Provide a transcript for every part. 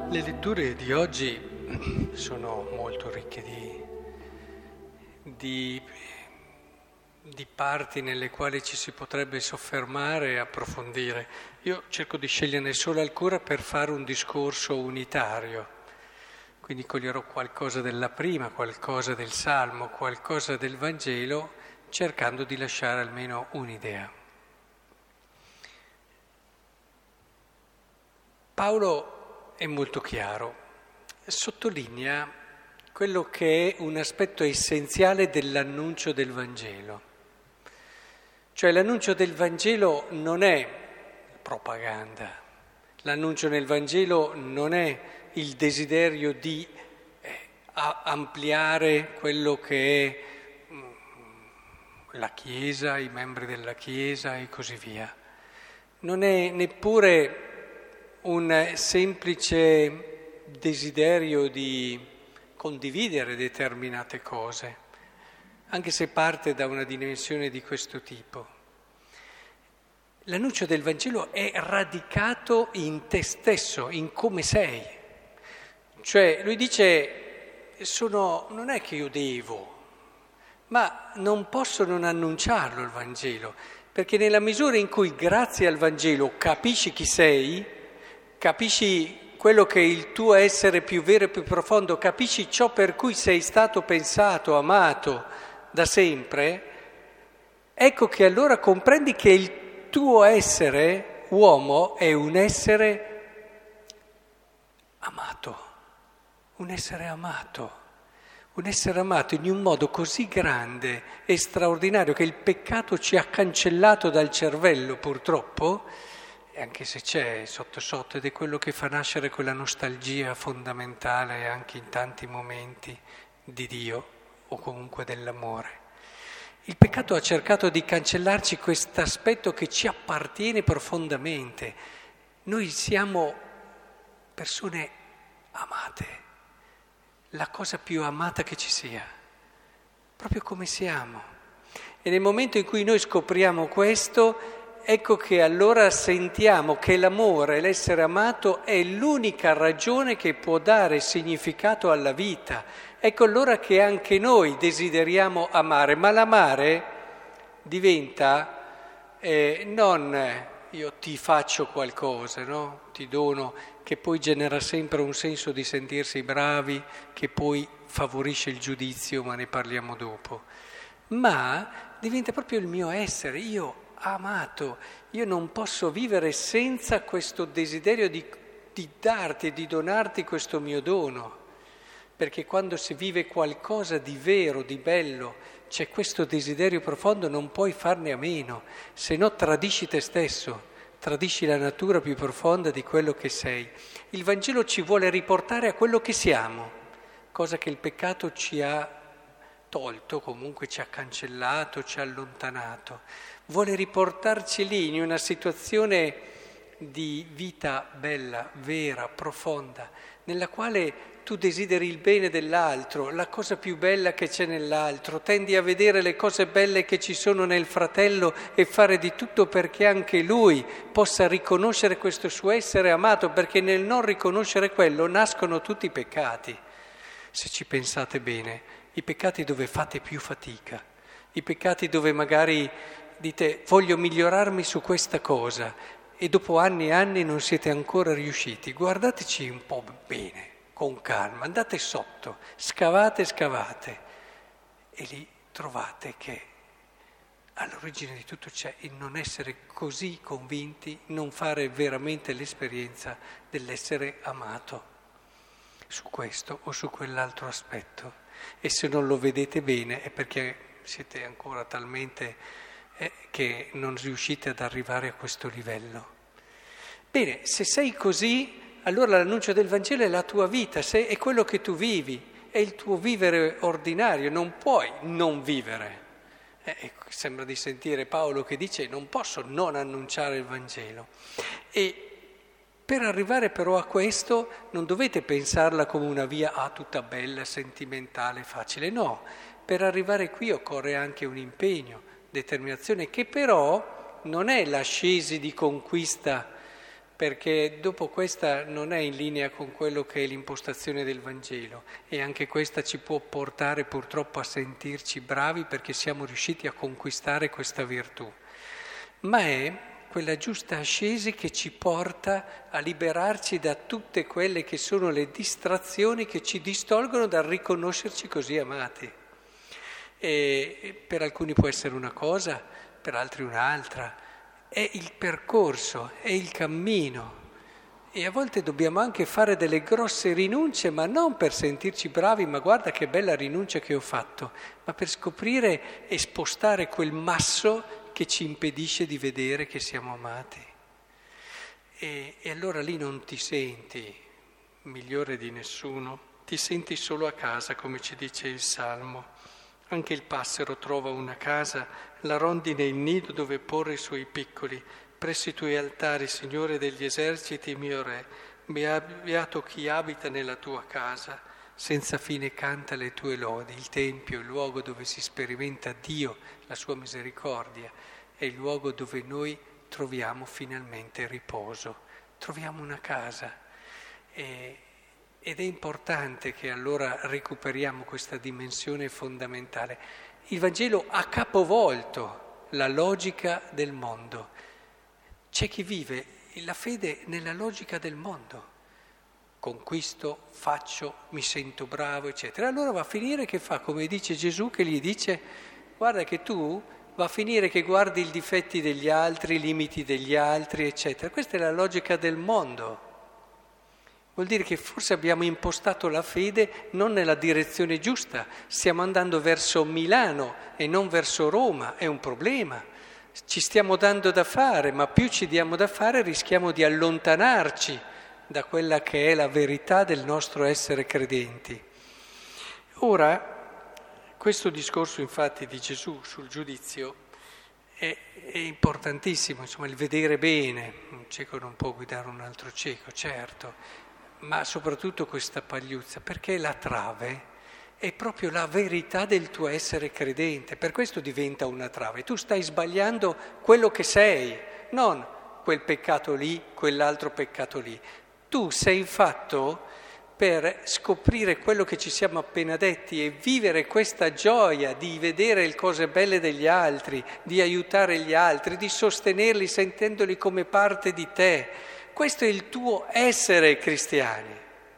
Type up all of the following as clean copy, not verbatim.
Le letture di oggi sono molto ricche di parti nelle quali ci si potrebbe soffermare e approfondire. Io cerco di sceglierne solo alcune per fare un discorso unitario, quindi coglierò qualcosa della prima, qualcosa del Salmo, qualcosa del Vangelo, cercando di lasciare almeno un'idea. Paolo è molto chiaro, sottolinea quello che è un aspetto essenziale dell'annuncio del Vangelo. Cioè l'annuncio del Vangelo non è propaganda, l'annuncio nel Vangelo non è il desiderio di ampliare quello che è la Chiesa, i membri della Chiesa e così via. Non è neppure un semplice desiderio di condividere determinate cose, anche se parte da una dimensione di questo tipo. L'annuncio del Vangelo è radicato in te stesso, in come sei. Cioè, lui dice, non è che io devo, ma non posso non annunciarlo il Vangelo, perché nella misura in cui grazie al Vangelo capisci chi sei, capisci quello che è il tuo essere più vero e più profondo, capisci ciò per cui sei stato pensato, amato da sempre, ecco che allora comprendi che il tuo essere uomo è un essere amato, un essere amato. Un essere amato in un modo così grande e straordinario che il peccato ci ha cancellato dal cervello, purtroppo, anche se c'è sotto sotto, ed è quello che fa nascere quella nostalgia fondamentale anche in tanti momenti di Dio o comunque dell'amore. Il peccato ha cercato di cancellarci questo aspetto che ci appartiene profondamente. Noi siamo persone amate, la cosa più amata che ci sia, proprio come siamo. E nel momento in cui noi scopriamo questo, ecco che allora sentiamo che l'amore, l'essere amato, è l'unica ragione che può dare significato alla vita. Ecco allora che anche noi desideriamo amare, ma l'amare diventa non io ti faccio qualcosa, no? Ti dono, che poi genera sempre un senso di sentirsi bravi, che poi favorisce il giudizio, ma ne parliamo dopo. Ma diventa proprio il mio essere, io amato, io non posso vivere senza questo desiderio di darti e di donarti questo mio dono, perché quando si vive qualcosa di vero, di bello, c'è questo desiderio profondo, non puoi farne a meno, se no tradisci te stesso, tradisci la natura più profonda di quello che sei. Il Vangelo ci vuole riportare a quello che siamo, cosa che il peccato ci ha tolto, comunque ci ha cancellato, ci ha allontanato. Vuole riportarci lì in una situazione di vita bella, vera, profonda, nella quale tu desideri il bene dell'altro, la cosa più bella che c'è nell'altro, tendi a vedere le cose belle che ci sono nel fratello e fare di tutto perché anche lui possa riconoscere questo suo essere amato, perché nel non riconoscere quello nascono tutti i peccati. Se ci pensate bene, i peccati dove fate più fatica, i peccati dove magari dite voglio migliorarmi su questa cosa e dopo anni e anni non siete ancora riusciti, guardateci un po' bene, con calma, andate sotto, scavate e lì trovate che all'origine di tutto c'è il non essere così convinti, non fare veramente l'esperienza dell'essere amato su questo o su quell'altro aspetto. E se non lo vedete bene è perché siete ancora talmente che non riuscite ad arrivare a questo livello. Bene, se sei così, allora l'annuncio del Vangelo è la tua vita, è quello che tu vivi, è il tuo vivere ordinario, non puoi non vivere. Sembra di sentire Paolo che dice non posso non annunciare il Vangelo. E per arrivare però a questo non dovete pensarla come una via tutta bella, sentimentale, facile, no. Per arrivare qui occorre anche un impegno, determinazione, che però non è l'ascesi di conquista perché dopo questa non è in linea con quello che è l'impostazione del Vangelo e anche questa ci può portare purtroppo a sentirci bravi perché siamo riusciti a conquistare questa virtù, ma è quella giusta ascesi che ci porta a liberarci da tutte quelle che sono le distrazioni che ci distolgono dal riconoscerci così amati. E per alcuni può essere una cosa, per altri un'altra. È il percorso, è il cammino e a volte dobbiamo anche fare delle grosse rinunce, ma non per sentirci bravi, ma guarda che bella rinuncia che ho fatto, ma per scoprire e spostare quel masso che ci impedisce di vedere che siamo amati. E allora lì non ti senti migliore di nessuno, ti senti solo a casa, come ci dice il Salmo. Anche il passero trova una casa, la rondine il nido dove porre i suoi piccoli. Presso i tuoi altari, Signore degli eserciti, mio Re, beato chi abita nella tua casa, senza fine canta le tue lodi. Il Tempio, il luogo dove si sperimenta Dio, la sua misericordia, è il luogo dove noi troviamo finalmente riposo, troviamo una casa. Ed è importante che allora recuperiamo questa dimensione fondamentale. Il Vangelo ha capovolto la logica del mondo. C'è chi vive la fede nella logica del mondo. Conquisto, faccio, mi sento bravo, eccetera. Allora va a finire che fa, come dice Gesù, che gli dice: guarda che tu va a finire che guardi i difetti degli altri, i limiti degli altri, eccetera. Questa è la logica del mondo. Vuol dire che forse abbiamo impostato la fede non nella direzione giusta, stiamo andando verso Milano e non verso Roma, è un problema. Ci stiamo dando da fare, ma più ci diamo da fare rischiamo di allontanarci da quella che è la verità del nostro essere credenti. Ora, questo discorso infatti di Gesù sul giudizio è importantissimo, insomma, il vedere bene. Un cieco non può guidare un altro cieco, certo. Ma soprattutto questa pagliuzza, perché la trave è proprio la verità del tuo essere credente, per questo diventa una trave. Tu stai sbagliando quello che sei, non quel peccato lì, quell'altro peccato lì. Tu sei fatto per scoprire quello che ci siamo appena detti e vivere questa gioia di vedere le cose belle degli altri, di aiutare gli altri, di sostenerli sentendoli come parte di te. Questo è il tuo essere cristiani.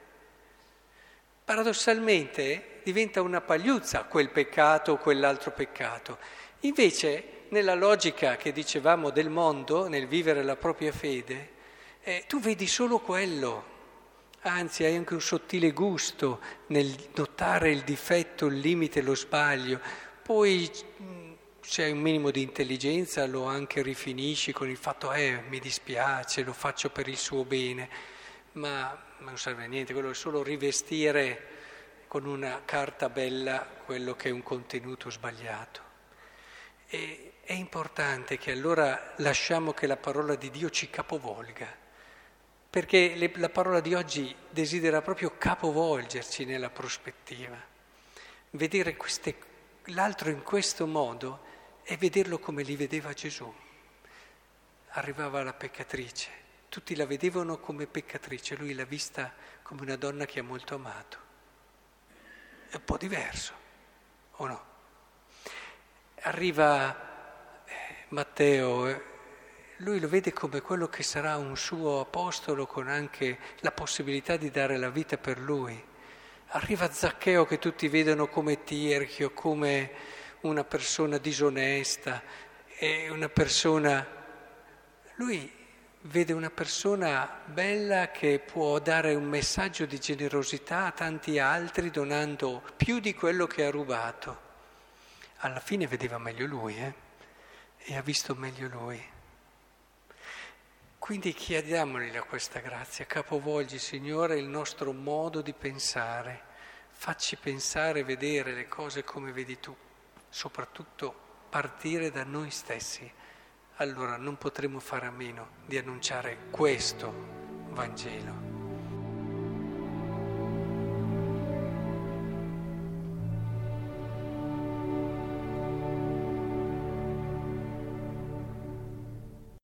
Paradossalmente diventa una pagliuzza quel peccato o quell'altro peccato. Invece, nella logica che dicevamo del mondo, nel vivere la propria fede, tu vedi solo quello. Anzi, hai anche un sottile gusto nel notare il difetto, il limite, lo sbaglio. Poi se hai un minimo di intelligenza lo anche rifinisci con il fatto mi dispiace, lo faccio per il suo bene, ma non serve a niente, quello è solo rivestire con una carta bella quello che è un contenuto sbagliato. E è importante che allora lasciamo che la parola di Dio ci capovolga, perché la parola di oggi desidera proprio capovolgerci nella prospettiva, vedere l'altro in questo modo e vederlo come li vedeva Gesù. Arrivava la peccatrice, tutti la vedevano come peccatrice, lui l'ha vista come una donna che ha molto amato. È un po' diverso, o no? Arriva Matteo, lui lo vede come quello che sarà un suo apostolo con anche la possibilità di dare la vita per lui. Arriva Zaccheo che tutti vedono come tirchio, come una persona disonesta, lui vede una persona bella che può dare un messaggio di generosità a tanti altri donando più di quello che ha rubato. Alla fine vedeva meglio lui, e ha visto meglio lui. Quindi chiediamogli questa grazia, capovolgi, Signore, il nostro modo di pensare, facci pensare e vedere le cose come vedi tu. Soprattutto partire da noi stessi, allora non potremo fare a meno di annunciare questo Vangelo.